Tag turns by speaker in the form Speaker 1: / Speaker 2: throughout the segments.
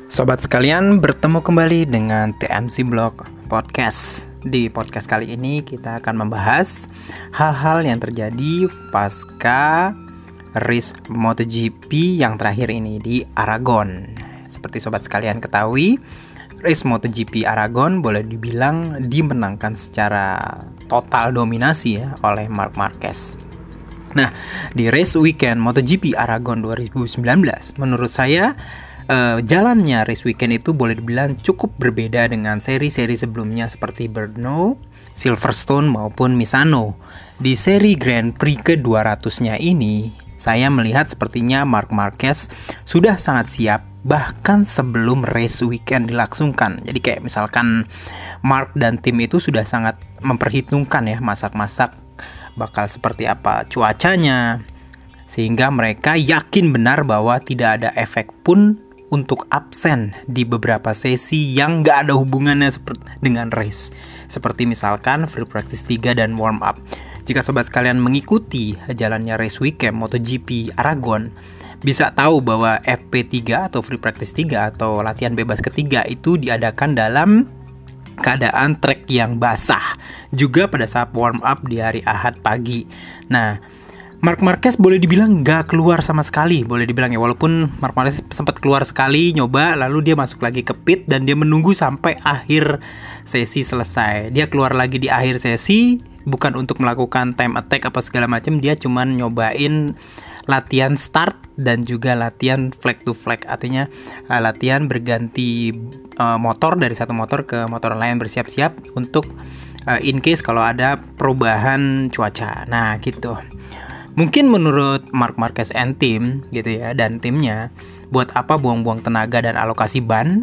Speaker 1: Sobat sekalian, bertemu kembali dengan TMC Blog Podcast. Di podcast kali ini kita akan membahas hal-hal yang terjadi pasca race MotoGP yang terakhir ini di Aragon. Seperti sobat sekalian ketahui, race MotoGP Aragon boleh dibilang dimenangkan secara total dominasi ya oleh Marc Marquez. Nah, di race weekend MotoGP Aragon 2019, menurut saya jalannya race weekend itu boleh dibilang cukup berbeda dengan seri-seri sebelumnya seperti Brno, Silverstone maupun Misano. Di seri Grand Prix ke-200-nya ini, saya melihat sepertinya Marc Marquez sudah sangat siap bahkan sebelum race weekend dilangsungkan. Jadi kayak misalkan Marc dan tim itu sudah sangat memperhitungkan ya masak-masak bakal seperti apa cuacanya, sehingga mereka yakin benar bahwa tidak ada efek pun untuk absen di beberapa sesi yang gak ada hubungannya dengan race, seperti misalkan free practice 3 dan warm up. Jika sobat sekalian mengikuti jalannya race weekend MotoGP Aragon, bisa tahu bahwa FP3 atau free practice 3 atau latihan bebas ketiga itu diadakan dalam keadaan trek yang basah, juga pada saat warm up di hari Ahad pagi. Nah, Marc Marquez boleh dibilang gak keluar sama sekali, boleh dibilang ya, walaupun Marc Marquez sempat keluar sekali nyoba, lalu dia masuk lagi ke pit dan dia menunggu sampai akhir sesi selesai. Dia keluar lagi di akhir sesi, bukan untuk melakukan time attack apa segala macam, dia cuman nyobain latihan start dan juga latihan flag to flag, artinya latihan berganti motor dari satu motor ke motor lain, bersiap-siap untuk in case kalau ada perubahan cuaca. Nah gitu. Mungkin menurut Marc Marquez and team gitu ya, dan timnya, buat apa buang-buang tenaga dan alokasi ban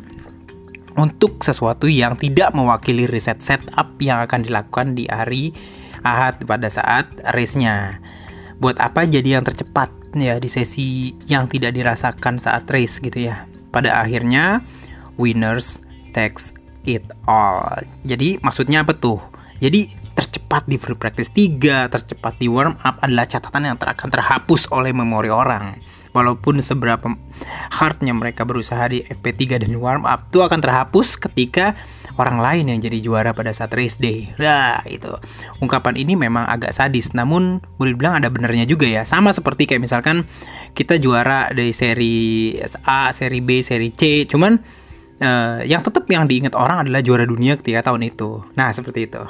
Speaker 1: untuk sesuatu yang tidak mewakili reset setup yang akan dilakukan di hari Ahad pada saat race-nya. Buat apa jadi yang tercepat ya di sesi yang tidak dirasakan saat race gitu ya. Pada akhirnya winners takes it all. Jadi maksudnya apa tuh? Jadi tercepat di free practice 3, tercepat di warm up adalah catatan yang akan terhapus oleh memori orang. Walaupun seberapa hardnya mereka berusaha di FP3 dan warm up, itu akan terhapus ketika orang lain yang jadi juara pada saat race day. Nah, itu. Ungkapan ini memang agak sadis, namun boleh dibilang ada benernya juga ya. Sama seperti kayak misalkan kita juara dari seri A, seri B, seri C, cuman yang tetap yang diingat orang adalah juara dunia ketika tahun itu. Nah, seperti itu.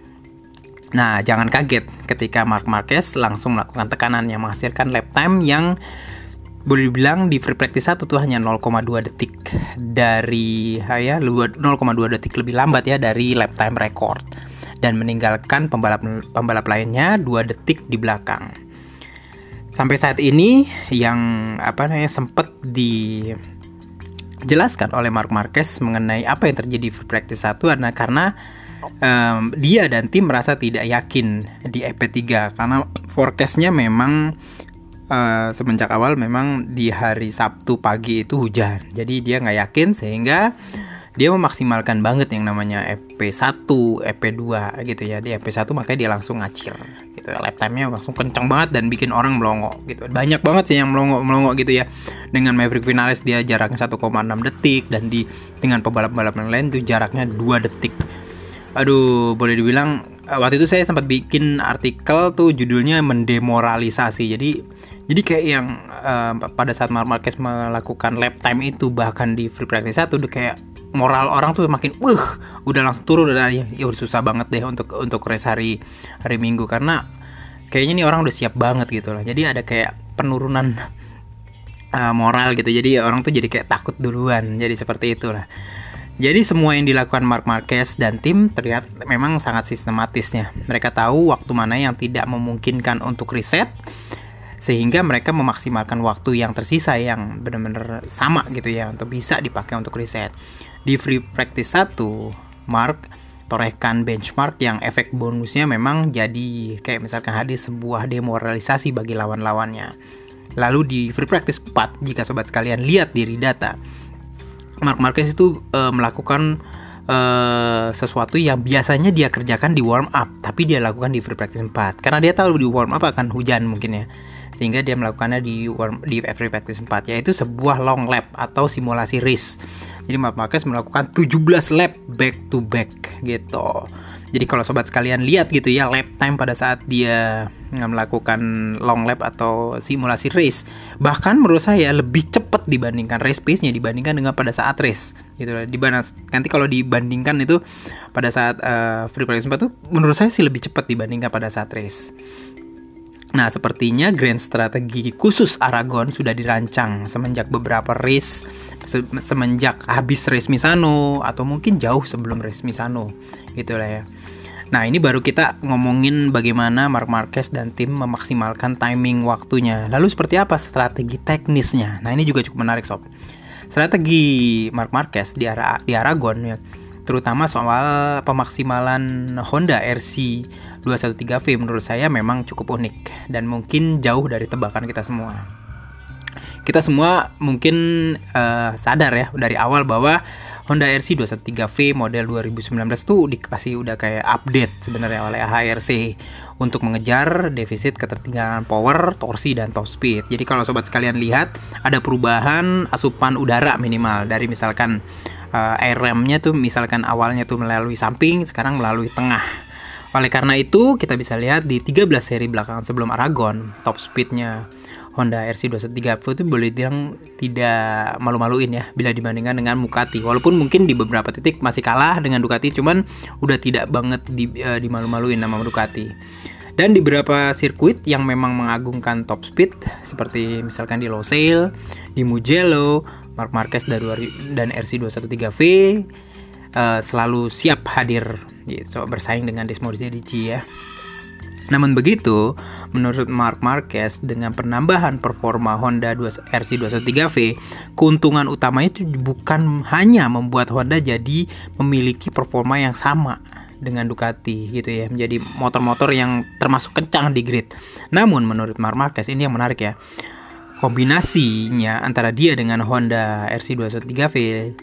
Speaker 1: Nah, jangan kaget ketika Marc Marquez langsung melakukan tekanan yang menghasilkan lap time yang boleh dibilang di free practice 1 tuh hanya 0,2 detik dari 0,2 detik lebih lambat ya dari lap time record, dan meninggalkan pembalap lainnya 2 detik di belakang. Sampai saat ini yang sempat dijelaskan oleh Marc Marquez mengenai apa yang terjadi di free practice 1 adalah karena dia dan tim merasa tidak yakin di FP3 karena forecastnya memang semenjak awal memang di hari Sabtu pagi itu hujan, jadi dia nggak yakin sehingga dia memaksimalkan banget yang namanya FP1, FP2 gitu ya. Di FP1 makanya dia langsung ngacir gitu, lap time-nya langsung kencang banget dan bikin orang melongo gitu. Banyak banget sih yang melongo gitu ya. Dengan Maverick Vinales dia jaraknya 1,6 detik, dan dengan pembalap-pembalap yang lain tuh jaraknya 2 detik. Aduh, boleh dibilang waktu itu saya sempat bikin artikel tuh judulnya mendemoralisasi. Jadi kayak yang pada saat Marc Marquez melakukan lap time itu, bahkan di free practice 1 udah kayak moral orang tuh makin udah langsung turun, dan ya udah susah banget deh untuk race hari Minggu karena kayaknya nih orang udah siap banget gitu lah. Jadi ada kayak penurunan moral gitu. Jadi orang tuh jadi kayak takut duluan. Jadi seperti itulah. Jadi semua yang dilakukan Marc Marquez dan tim terlihat memang sangat sistematisnya. Mereka tahu waktu mana yang tidak memungkinkan untuk reset, sehingga mereka memaksimalkan waktu yang tersisa yang benar-benar sama gitu ya untuk bisa dipakai untuk reset. Di free practice 1, Marc torehkan benchmark yang efek bonusnya memang jadi kayak misalkan hadis sebuah demoralisasi bagi lawan-lawannya. Lalu di free practice 4, jika sobat sekalian lihat diri data, Marc Marquez itu melakukan sesuatu yang biasanya dia kerjakan di warm up, tapi dia lakukan di free practice 4 karena dia tahu di warm up akan hujan mungkin ya. sehingga dia melakukannya di free practice 4, yaitu sebuah long lap atau simulasi race. Jadi Marc Marquez melakukan 17 lap back to back gitu. Jadi kalau sobat sekalian lihat gitu ya, lap time pada saat dia melakukan long lap atau simulasi race, bahkan menurut saya lebih cepat dibandingkan race pace-nya dibandingkan dengan pada saat race gitu. Nanti kalau dibandingkan itu pada saat free practice 4 tuh menurut saya sih lebih cepat dibandingkan pada saat race. Nah, sepertinya grand strategi khusus Aragon sudah dirancang semenjak beberapa race, semenjak habis race Misano atau mungkin jauh sebelum race Misano, gitulah ya. Nah, ini baru kita ngomongin bagaimana Marc Marquez dan tim memaksimalkan timing waktunya. Lalu seperti apa strategi teknisnya? Nah, ini juga cukup menarik sob. Strategi Marc Marquez di Aragon ya, terutama soal pemaksimalan Honda RC 213V menurut saya memang cukup unik dan mungkin jauh dari tebakan kita semua. Kita semua mungkin sadar ya dari awal bahwa Honda RC 213V model 2019 tuh udah kayak update sebenarnya oleh AHRC untuk mengejar defisit ketertinggalan power, torsi, dan top speed. Jadi kalau sobat sekalian lihat ada perubahan asupan udara minimal dari misalkan air rem-nya tuh misalkan awalnya tuh melalui samping, sekarang melalui tengah. Oleh karena itu, kita bisa lihat di 13 seri belakangan sebelum Aragon, top speed-nya Honda RC 213V itu boleh dibilang tidak malu-maluin ya bila dibandingkan dengan Ducati. Walaupun mungkin di beberapa titik masih kalah dengan Ducati, cuman udah tidak banget dimalu-maluin nama Ducati. Dan di beberapa sirkuit yang memang mengagungkan top speed seperti misalkan di Losail, di Mugello, Marc Marquez dan RC 213V selalu siap hadir gitu, bersaing dengan Desmosedici ya. Namun begitu, menurut Marc Marquez dengan penambahan performa Honda RC 213V, keuntungan utamanya itu bukan hanya membuat Honda jadi memiliki performa yang sama dengan Ducati gitu ya, menjadi motor-motor yang termasuk kencang di grid. Namun menurut Marc Marquez ini yang menarik ya, kombinasinya antara dia dengan Honda RC 213V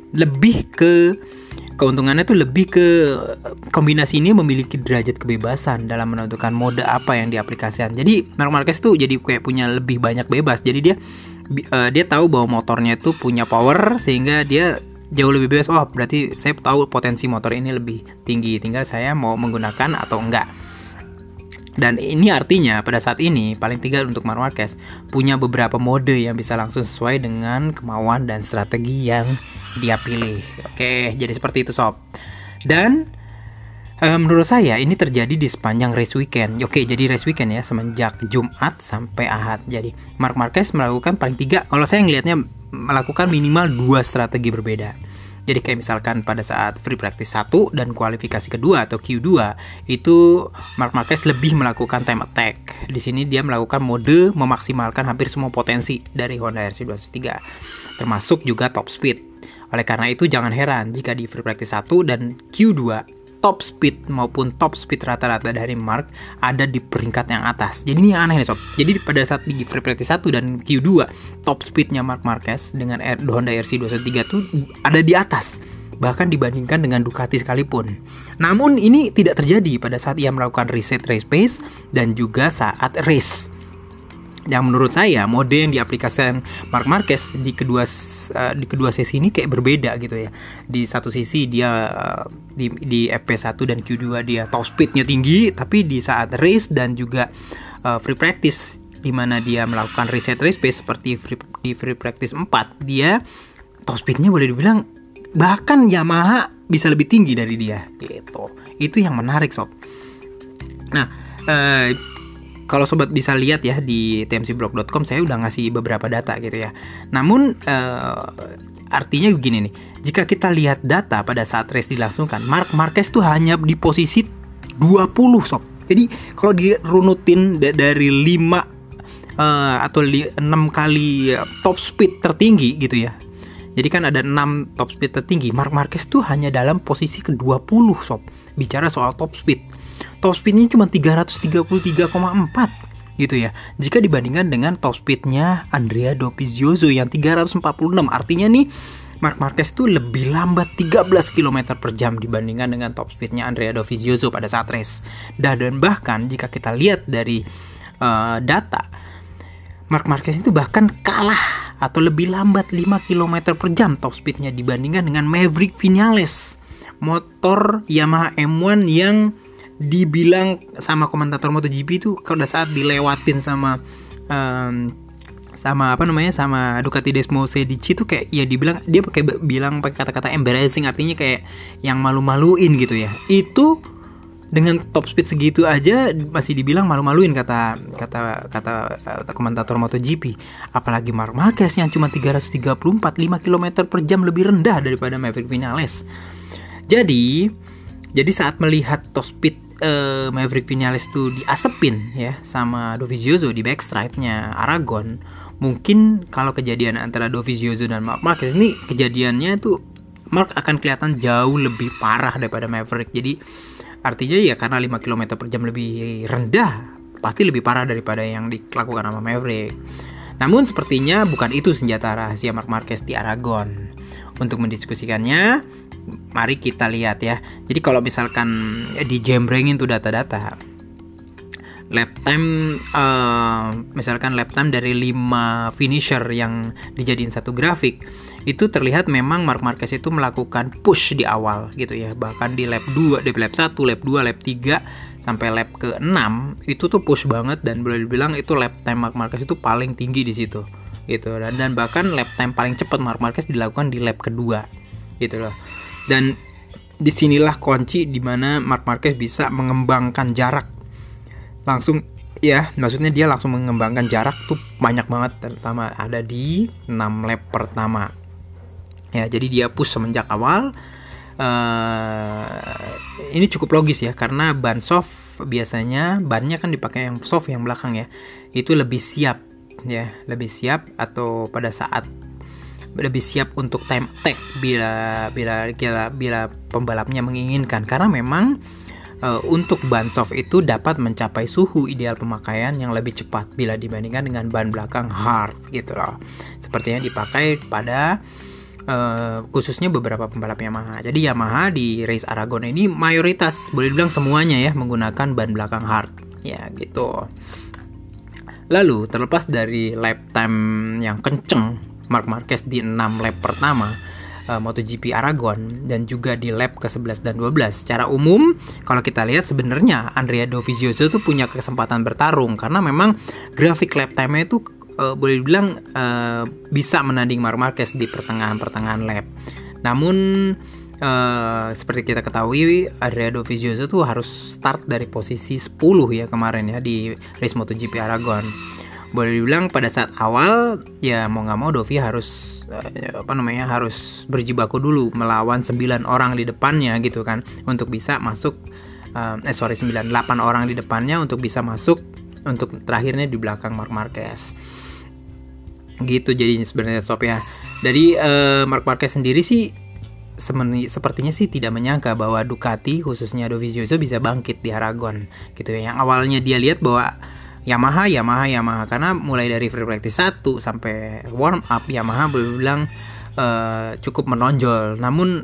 Speaker 1: keuntungannya tuh lebih ke kombinasi ini memiliki derajat kebebasan dalam menentukan mode apa yang diaplikasikan. Jadi Marc Marquez tuh jadi kayak punya lebih banyak bebas. Jadi dia tahu bahwa motornya itu punya power sehingga dia jauh lebih bebas. Oh, berarti saya tahu potensi motor ini lebih tinggi, tinggal saya mau menggunakan atau enggak. Dan ini artinya pada saat ini paling tidak untuk Marc Marquez punya beberapa mode yang bisa langsung sesuai dengan kemauan dan strategi yang dia pilih. Oke, jadi seperti itu sob. Dan menurut saya ini terjadi di sepanjang race weekend. Oke, jadi race weekend ya, semenjak Jumat sampai Ahad. Jadi Marc Marquez melakukan paling tidak, kalau saya ngelihatnya melakukan minimal 2 strategi berbeda. Jadi kayak misalkan pada saat free practice 1 dan kualifikasi kedua atau Q2 itu Marc Marquez lebih melakukan time attack. Di sini dia melakukan mode memaksimalkan hampir semua potensi dari Honda RC 213, termasuk juga top speed. Oleh karena itu jangan heran jika di free practice 1 dan Q2 top speed maupun top speed rata-rata dari Marc ada di peringkat yang atas. Jadi ini yang aneh nih sob. Jadi pada saat di free practice 1 dan Q2 top speednya Marc Marquez dengan Honda RC 213 itu ada di atas, bahkan dibandingkan dengan Ducati sekalipun. Namun ini tidak terjadi pada saat ia melakukan reset race pace dan juga saat race. Yang menurut saya mode yang diaplikasikan Marc Marquez di kedua sesi ini kayak berbeda gitu ya. Di satu sisi dia di FP1 dan Q2 dia top speednya tinggi, tapi di saat race dan juga free practice di mana dia melakukan reset race pace seperti di free practice 4, dia top speednya boleh dibilang bahkan Yamaha bisa lebih tinggi dari dia gitu. Itu yang menarik sob. Nah, kalau sobat bisa lihat ya di tmcblog.com saya udah ngasih beberapa data gitu ya. Namun artinya begini nih, jika kita lihat data pada saat race dilangsungkan, Marc Marquez tuh hanya di posisi 20 sob. Jadi kalau dirunutin dari 5 atau 6 kali top speed tertinggi gitu ya. Jadi kan ada 6 top speed tertinggi, Marc Marquez tuh hanya dalam posisi ke-20 sob. Bicara soal top speed. Top speednya cuma 333,4 gitu ya. Jika dibandingkan dengan top speednya Andrea Dovizioso yang 346. Artinya nih Marc Marquez tuh lebih lambat 13 km per jam dibandingkan dengan top speednya Andrea Dovizioso pada saat race. Dan bahkan jika kita lihat dari data Marc Marquez itu bahkan kalah atau lebih lambat 5 km per jam top speednya dibandingkan dengan Maverick Vinales, motor Yamaha M1 yang dibilang sama komentator MotoGP itu pada saat dilewatin sama Ducati Desmo 16 itu kayak ya dibilang dia bilang pakai kata-kata embarrassing, artinya kayak yang malu-maluin gitu ya. Itu dengan top speed segitu aja masih dibilang malu-maluin kata komentator MotoGP. Apalagi Marc Marquez yang cuma 334 5 km per jam lebih rendah daripada Maverick Vinales. Jadi saat melihat top speed Maverick Vinales tuh diasepin ya sama Dovizioso di backstride-nya Aragon, mungkin kalau kejadian antara Dovizioso dan Marc Marquez ini kejadiannya tuh Marc akan kelihatan jauh lebih parah daripada Maverick. Jadi artinya ya karena 5 km per jam lebih rendah, pasti lebih parah daripada yang dilakukan sama Maverick. Namun sepertinya bukan itu senjata rahasia Marc Marquez di Aragon. Untuk mendiskusikannya, mari kita lihat ya. Jadi kalau misalkan dijembrengin tuh data-data lap time, misalkan lap time dari 5 finisher yang dijadiin satu grafik, itu terlihat memang Marc Marquez itu melakukan push di awal gitu ya. Bahkan di lap 2, di lap 1, lap 2, lap 3 sampai lap ke-6 itu tuh push banget, dan boleh dibilang itu lap time Marc Marquez itu paling tinggi di situ gitu. Dan bahkan lap time paling cepat Marc Marquez dilakukan di lap kedua gitu loh. Dan disinilah kunci dimana Marc Marquez bisa mengembangkan jarak langsung ya, maksudnya dia langsung mengembangkan jarak tuh banyak banget, terutama ada di 6 lap pertama ya. Jadi dia push semenjak awal. Ini cukup logis ya, karena ban soft biasanya bannya kan dipakai yang soft yang belakang ya, itu lebih siap ya, lebih siap atau pada saat lebih siap untuk time attack bila pembalapnya menginginkan, karena memang untuk ban soft itu dapat mencapai suhu ideal pemakaian yang lebih cepat bila dibandingkan dengan ban belakang hard gitu loh. Sepertinya dipakai pada khususnya beberapa pembalap Yamaha. Jadi Yamaha di race Aragon ini mayoritas, boleh dibilang semuanya ya, menggunakan ban belakang hard ya gitu. Lalu terlepas dari lap time yang kenceng Marc Marquez di 6 lap pertama MotoGP Aragon dan juga di lap ke-11 dan 12. Secara umum kalau kita lihat sebenarnya Andrea Dovizioso itu punya kesempatan bertarung, karena memang grafik lap time-nya itu boleh dibilang bisa menanding Marc Marquez di pertengahan lap. Namun seperti kita ketahui Andrea Dovizioso itu harus start dari posisi 10 ya kemarin ya di race MotoGP Aragon. Boleh dibilang pada saat awal ya mau nggak mau Dovi harus harus berjibaku dulu melawan 9 orang di depannya gitu kan, untuk bisa masuk 8 orang di depannya untuk bisa masuk untuk terakhirnya di belakang Marc Marquez gitu. Jadi sebenarnya Sob ya, jadi Marc Marquez sendiri sih sepertinya sih tidak menyangka bahwa Ducati khususnya Dovizioso bisa bangkit di Aragon gitu ya. Yang awalnya dia lihat bahwa Yamaha karena mulai dari free practice 1 sampai warm up Yamaha boleh bilang cukup menonjol. Namun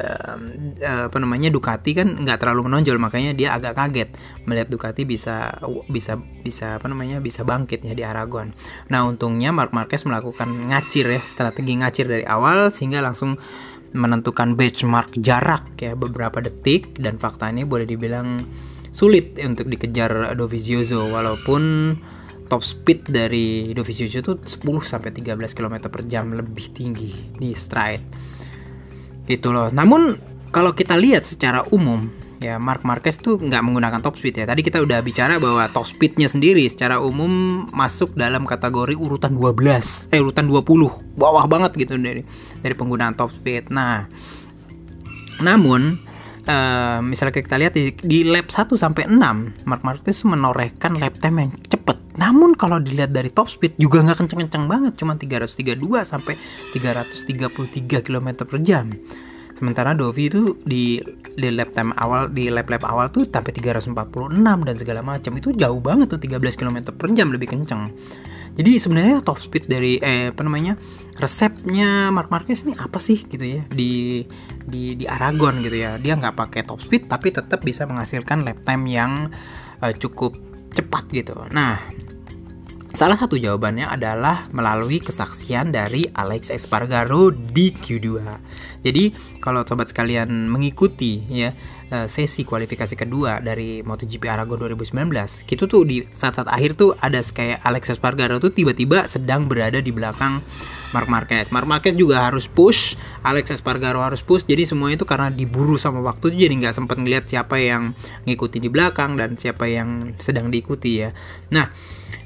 Speaker 1: Ducati kan nggak terlalu menonjol, makanya dia agak kaget melihat Ducati bisa bangkit ya di Aragon. Nah untungnya Marc Marquez melakukan strategi ngacir dari awal sehingga langsung menentukan benchmark jarak ya beberapa detik, dan fakta ini boleh dibilang sulit untuk dikejar Dovizioso, walaupun top speed dari Dovizioso itu 10-13 km per jam lebih tinggi di stride gitu loh. Namun kalau kita lihat secara umum ya, Marc Marquez tuh nggak menggunakan top speed ya. Tadi kita udah bicara bahwa top speednya sendiri secara umum masuk dalam kategori urutan 20 bawah banget gitu dari penggunaan top speed. Nah namun misalnya kita lihat di lap 1 sampai 6 Marc Marquez menorehkan lap time yang cepat. Namun kalau dilihat dari top speed juga nggak kenceng-kenceng banget, cuma 332 sampai 333 km per jam. Sementara Dovi itu di lap awal tuh sampai 346 dan segala macam, itu jauh banget tuh, 13 km per jam lebih kenceng. Jadi sebenarnya top speed dari resepnya Marc Marquez ini apa sih gitu ya di Aragon gitu ya. Dia nggak pakai top speed tapi tetap bisa menghasilkan lap time yang cukup cepat gitu. Nah Salah satu jawabannya adalah melalui kesaksian dari Alex Espargaro di Q2. Jadi kalau sobat sekalian mengikuti ya sesi kualifikasi kedua dari MotoGP Aragon 2019, gitu tuh di saat-saat akhir tuh ada kayak Alex Espargaro tuh tiba-tiba sedang berada di belakang Marc Marquez. Marc Marquez juga harus push, Alex Espargaro harus push. Jadi semuanya itu karena diburu sama waktu, jadi nggak sempat ngeliat siapa yang ngikuti di belakang dan siapa yang sedang diikuti ya. Nah,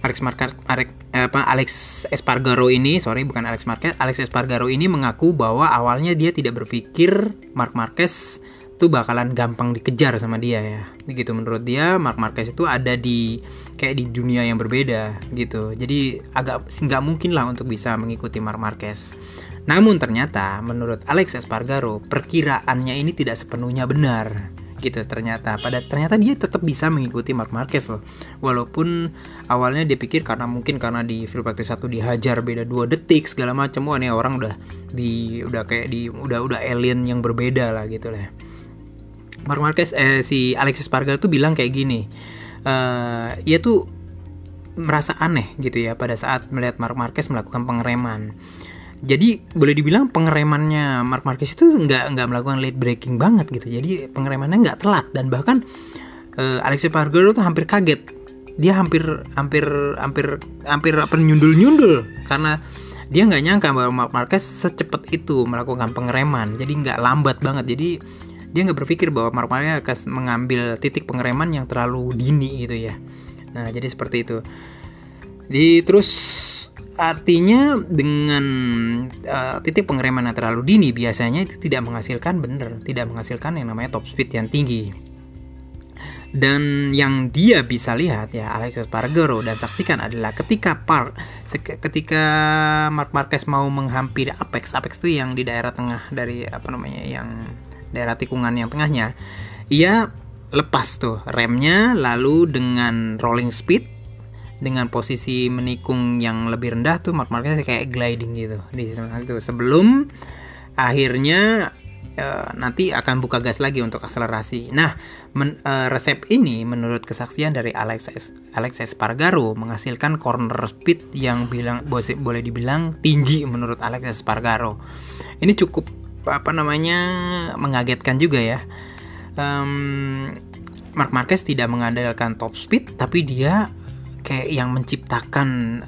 Speaker 1: Alex Espargaro ini mengaku bahwa awalnya dia tidak berpikir Marc Marquez itu bakalan gampang dikejar sama dia ya. Gitu, menurut dia Marc Marquez itu ada di dunia yang berbeda gitu. Jadi agak nggak mungkin lah untuk bisa mengikuti Marc Marquez. Namun ternyata menurut Alex Espargaro perkiraannya ini tidak sepenuhnya benar. Gitu, ternyata dia tetap bisa mengikuti Marc Marquez loh. Walaupun awalnya dia pikir karena di free practice 1 dihajar beda 2 detik segala macam, wah ini orang udah alien yang berbeda lah gitu lah. Marc Marquez si Alex Espargaro tuh bilang kayak gini, ia tuh merasa aneh gitu ya pada saat melihat Marc Marquez melakukan pengereman. Jadi boleh dibilang pengeremannya Marc Marquez itu nggak melakukan late braking banget gitu. Jadi pengeremannya nggak telat, dan bahkan Alex Espargaro tuh hampir kaget. Dia hampir nyundul karena dia nggak nyangka bahwa Marc Marquez secepat itu melakukan pengereman. Jadi nggak lambat banget. Jadi dia nggak berpikir bahwa Marc Marquez akan mengambil titik pengereman yang terlalu dini gitu ya. Nah, jadi seperti itu. Terus artinya dengan titik pengereman yang terlalu dini biasanya itu tidak menghasilkan yang namanya top speed yang tinggi. Dan yang dia bisa lihat ya Alex Espargaro dan saksikan adalah ketika Marc Marquez mau menghampiri apex itu yang di daerah tengah dari yang daerah tikungan yang tengahnya, ia lepas tuh remnya, lalu dengan rolling speed dengan posisi menikung yang lebih rendah tuh Marc Marquez kayak gliding gitu di sana itu sebelum akhirnya nanti akan buka gas lagi untuk akselerasi. Nah, resep ini menurut kesaksian dari Alex Espargaro menghasilkan corner speed yang boleh dibilang tinggi menurut Alex Espargaro. Ini cukup mengagetkan juga ya. Marc Marquez tidak mengandalkan top speed, tapi dia kayak yang menciptakan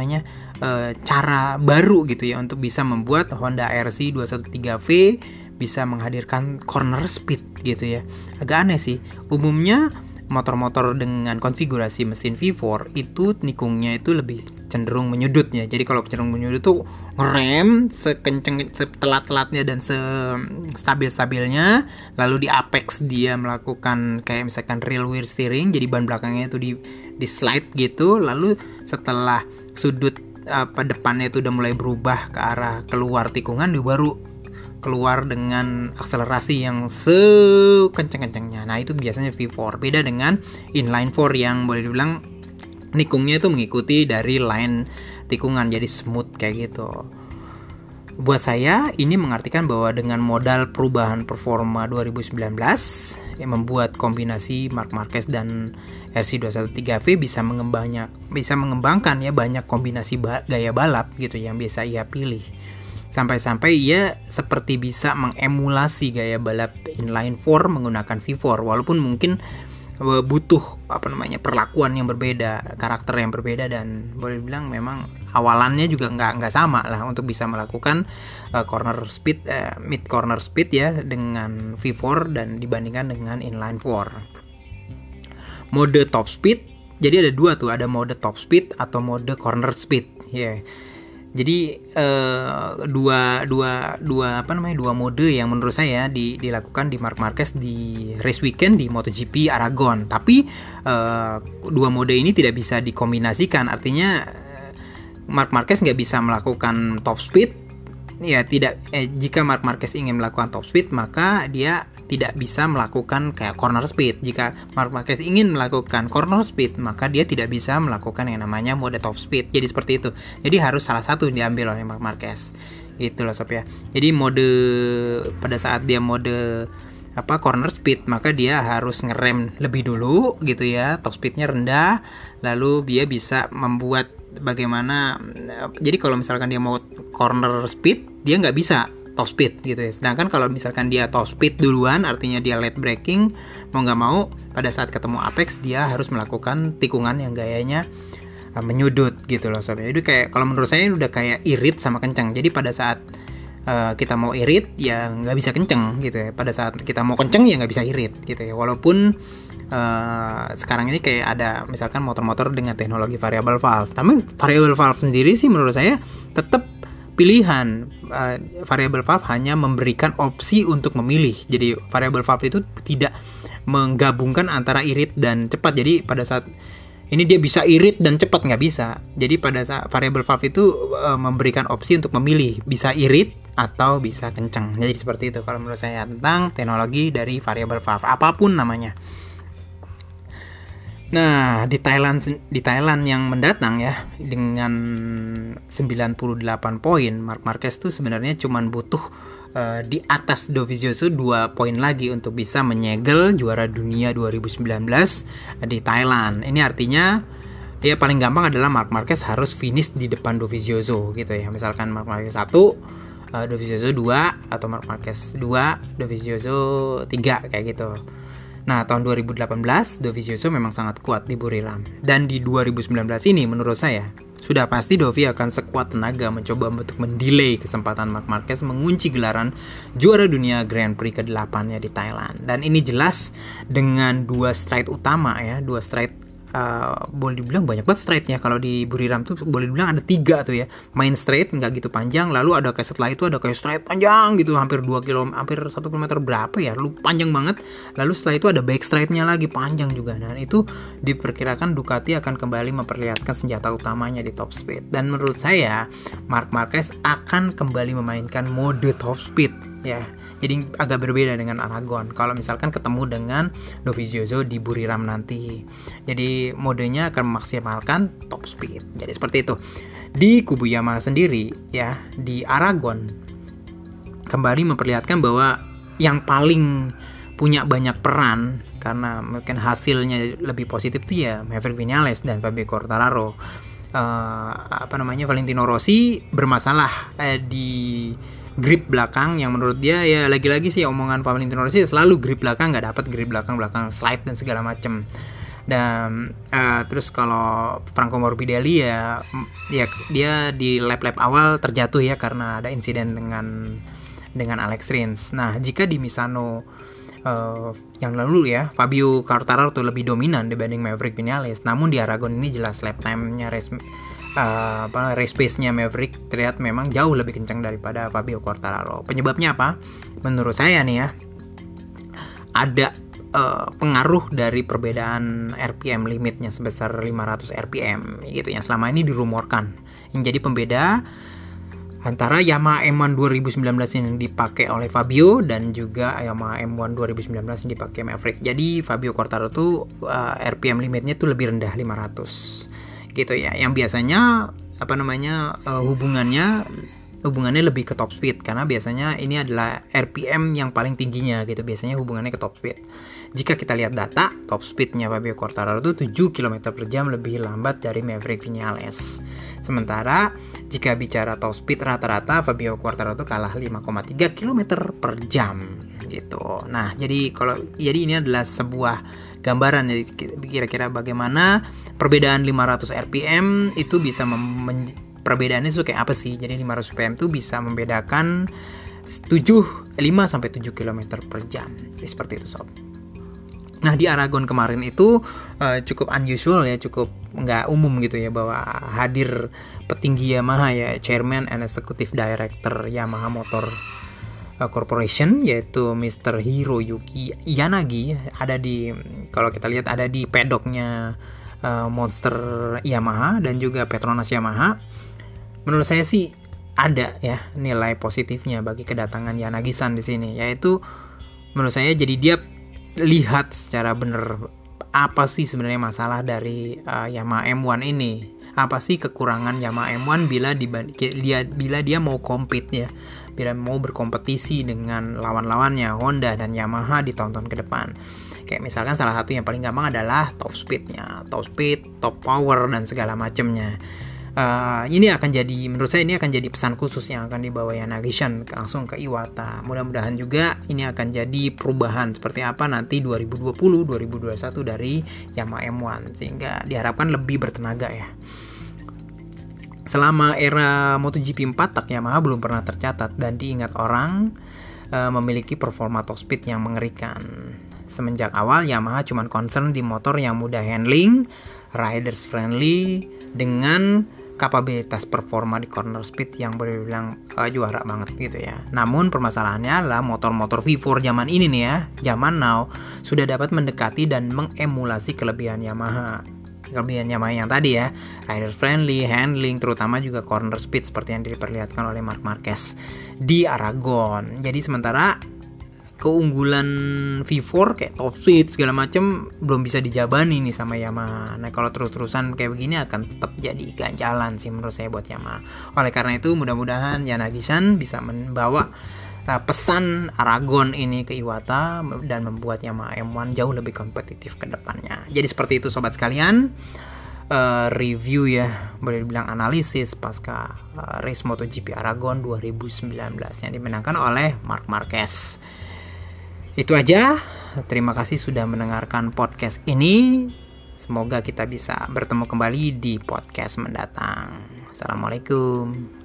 Speaker 1: cara baru gitu ya untuk bisa membuat Honda RC 213V bisa menghadirkan corner speed gitu ya. Agak aneh sih. Umumnya motor-motor dengan konfigurasi mesin V4 itu nikungnya itu lebih cenderung menyudut ya. Jadi kalau cenderung menyudut tuh ngerem setelat-telatnya dan stabil-stabilnya, lalu di apex dia melakukan kayak misalkan rear wheel steering, jadi ban belakangnya itu di slide gitu, lalu setelah sudut depannya itu udah mulai berubah ke arah keluar tikungan, dia baru keluar dengan akselerasi yang sekencang-kencangnya. Nah, itu biasanya V4. Beda dengan inline 4 yang boleh dibilang nikungnya itu mengikuti dari line tikungan, jadi smooth kayak gitu. Buat saya ini mengartikan bahwa dengan modal perubahan performa 2019 yang membuat kombinasi Marc Marquez dan RC213V bisa mengembangkan ya banyak kombinasi gaya balap gitu yang biasa ia pilih. Sampai-sampai ia seperti bisa mengemulasi gaya balap inline 4 menggunakan V4, walaupun mungkin butuh perlakuan yang berbeda, karakter yang berbeda, dan boleh bilang memang awalannya juga nggak sama lah untuk bisa melakukan mid corner speed ya dengan V4 dan dibandingkan dengan inline 4. Mode top speed, jadi ada dua tuh, ada mode top speed atau mode corner speed ya. Jadi dua mode yang menurut saya dilakukan di Marc Marquez di race weekend di MotoGP Aragon. Tapi dua mode ini tidak bisa dikombinasikan. Artinya Marc Marquez nggak bisa melakukan top speed. Ya jika Marc Marquez ingin melakukan top speed, maka dia tidak bisa melakukan kayak corner speed. Jika Marc Marquez ingin melakukan corner speed, maka dia tidak bisa melakukan yang namanya mode top speed. Jadi seperti itu. Jadi harus salah satu diambil oleh Marc Marquez. Gitu loh sob ya. Jadi pada saat dia mode corner speed, maka dia harus ngerem lebih dulu gitu ya. Top speednya rendah, lalu dia bisa membuat bagaimana. Jadi kalau misalkan dia mau corner speed, dia nggak bisa top speed gitu ya. Sedangkan kalau misalkan dia top speed duluan, artinya dia late braking, mau nggak mau pada saat ketemu apex dia harus melakukan tikungan yang gayanya menyudut gitu loh sob. Jadi kayak kalau menurut saya udah kayak irit sama kencang. Jadi pada saat kita mau irit ya nggak bisa kenceng gitu ya. Pada saat kita mau kenceng ya nggak bisa irit gitu ya. Walaupun sekarang ini kayak ada misalkan motor-motor dengan teknologi variable valve. Tapi variable valve sendiri sih menurut saya tetap pilihan. Variable valve hanya memberikan opsi untuk memilih. Jadi variable valve itu tidak menggabungkan antara irit dan cepat. Jadi pada saat ini dia bisa irit dan cepat, nggak bisa. Jadi pada saat variable valve itu memberikan opsi untuk memilih bisa irit atau bisa kencang. Jadi seperti itu kalau menurut saya tentang teknologi dari variable valve apapun namanya. Nah, di Thailand yang mendatang ya, dengan 98 poin, Marc Marquez tuh sebenarnya cuma butuh di atas Dovizioso 2 poin lagi untuk bisa menyegel juara dunia 2019 di Thailand. Ini artinya ya paling gampang adalah Marc Marquez harus finish di depan Dovizioso gitu ya. Misalkan Marc Marquez 1, Dovizioso 2, atau Marc Marquez 2, Dovizioso 3 kayak gitu. Nah, tahun 2018 Dovizioso memang sangat kuat di Buriram. Dan di 2019 ini menurut saya sudah pasti Dovi akan sekuat tenaga mencoba untuk mendelay kesempatan Marc Marquez mengunci gelaran juara dunia Grand Prix ke-8-nya di Thailand. Dan ini jelas dengan 2 straight utama ya, 2 straight boleh dibilang banyak banget straightnya. Kalau di Buriram tuh boleh dibilang ada 3 tuh ya. Main straight nggak gitu panjang, lalu ada kayak setelah itu ada kayak straight panjang gitu, hampir 2 km, hampir 1 km berapa ya, lu panjang banget. Lalu setelah itu ada back straightnya lagi panjang juga. Dan itu diperkirakan Ducati akan kembali memperlihatkan senjata utamanya di top speed. Dan menurut saya Marc Marquez akan kembali memainkan mode top speed ya. Jadi agak berbeda dengan Aragon kalau misalkan ketemu dengan Dovizioso di Buriram nanti. Jadi modenya akan memaksimalkan top speed. Jadi seperti itu. Di kubu Yamaha sendiri ya, di Aragon kembali memperlihatkan bahwa yang paling punya banyak peran karena mungkin hasilnya lebih positif tuh ya Maverick Viñales dan Fabio Quartararo. Valentino Rossi bermasalah di grip belakang yang menurut dia ya lagi-lagi sih omongan Valentino Rossi selalu grip belakang nggak dapat, grip belakang slide dan segala macem. Dan terus kalau Franco Morbidelli ya dia di lap-lap awal terjatuh ya karena ada insiden dengan Alex Rins. Nah, jika di Misano yang lalu ya Fabio Quartararo tuh lebih dominan dibanding Maverick Viñales, namun di Aragon ini jelas lap time-nya race pace-nya Maverick terlihat memang jauh lebih kencang daripada Fabio Quartararo. Penyebabnya apa? Menurut saya nih ya, ada pengaruh dari perbedaan RPM limitnya sebesar 500 RPM gitu yang selama ini dirumorkan. Yang jadi pembeda antara Yamaha M1 2019 yang dipakai oleh Fabio dan juga Yamaha M1 2019 yang dipakai Maverick. Jadi Fabio Quartararo tuh RPM limitnya tuh lebih rendah 500 gitu ya, yang biasanya hubungannya lebih ke top speed karena biasanya ini adalah RPM yang paling tingginya gitu, biasanya hubungannya ke top speed. Jika kita lihat data, top speednya Fabio Quartararo itu 7 km per jam lebih lambat dari Maverick Viñales. Sementara jika bicara top speed rata-rata Fabio Quartararo itu kalah 5,3 km per jam gitu. Nah, jadi ini adalah sebuah gambaran kira-kira bagaimana perbedaan 500 RPM itu bisa perbedaannya itu kayak apa sih. Jadi 500 RPM itu bisa membedakan 5 sampai 7 km per jam. Jadi seperti itu sob. Nah, di Aragon kemarin itu cukup unusual ya, cukup nggak umum gitu ya bahwa hadir petinggi Yamaha ya, Chairman and Executive Director Yamaha Motor Corporation yaitu Mr. Hiroyuki Yanagi kalau kita lihat ada di pedoknya Monster Yamaha dan juga Petronas Yamaha. Menurut saya sih ada ya nilai positifnya bagi kedatangan Yanagi-san di sini, yaitu menurut saya jadi dia lihat secara benar apa sih sebenarnya masalah dari Yamaha M1 ini. Apa sih kekurangan Yamaha M1 bila dia mau compete ya, bila mau berkompetisi dengan lawan-lawannya Honda dan Yamaha di tahun-tahun ke depan. Kayak misalkan salah satu yang paling gampang adalah top speed, top power dan segala macamnya. Ini akan jadi, menurut saya ini akan jadi pesan khusus yang akan dibawa Yanagisan langsung ke Iwata. Mudah-mudahan juga ini akan jadi perubahan seperti apa nanti 2020-2021 dari Yamaha M1, sehingga diharapkan lebih bertenaga ya. Selama era MotoGP 4, tak Yamaha belum pernah tercatat dan diingat orang memiliki performa top speed yang mengerikan. Semenjak awal Yamaha cuma concern di motor yang mudah handling, riders friendly, dengan kapabilitas performa di corner speed yang boleh bilang juara banget gitu ya. Namun permasalahannya adalah motor-motor V4 zaman ini nih ya, zaman now, sudah dapat mendekati dan mengemulasi kelebihan Yamaha yang tadi ya, rider friendly, handling, terutama juga corner speed seperti yang diperlihatkan oleh Marc Marquez di Aragon. Jadi sementara keunggulan V4 kayak top speed segala macam belum bisa dijabani nih sama Yamaha. Nah kalau terus-terusan kayak begini akan tetap jadi ganjalan sih menurut saya buat Yamaha. Oleh karena itu mudah-mudahan Yanagisan bisa membawa pesan Aragon ini ke Iwata dan membuat Yamaha M1 jauh lebih kompetitif ke depannya. Jadi seperti itu sobat sekalian, review ya, boleh dibilang analisis pasca race MotoGP Aragon 2019 yang dimenangkan oleh Marc Marquez. Itu aja, terima kasih sudah mendengarkan podcast ini. Semoga kita bisa bertemu kembali di podcast mendatang. Assalamualaikum.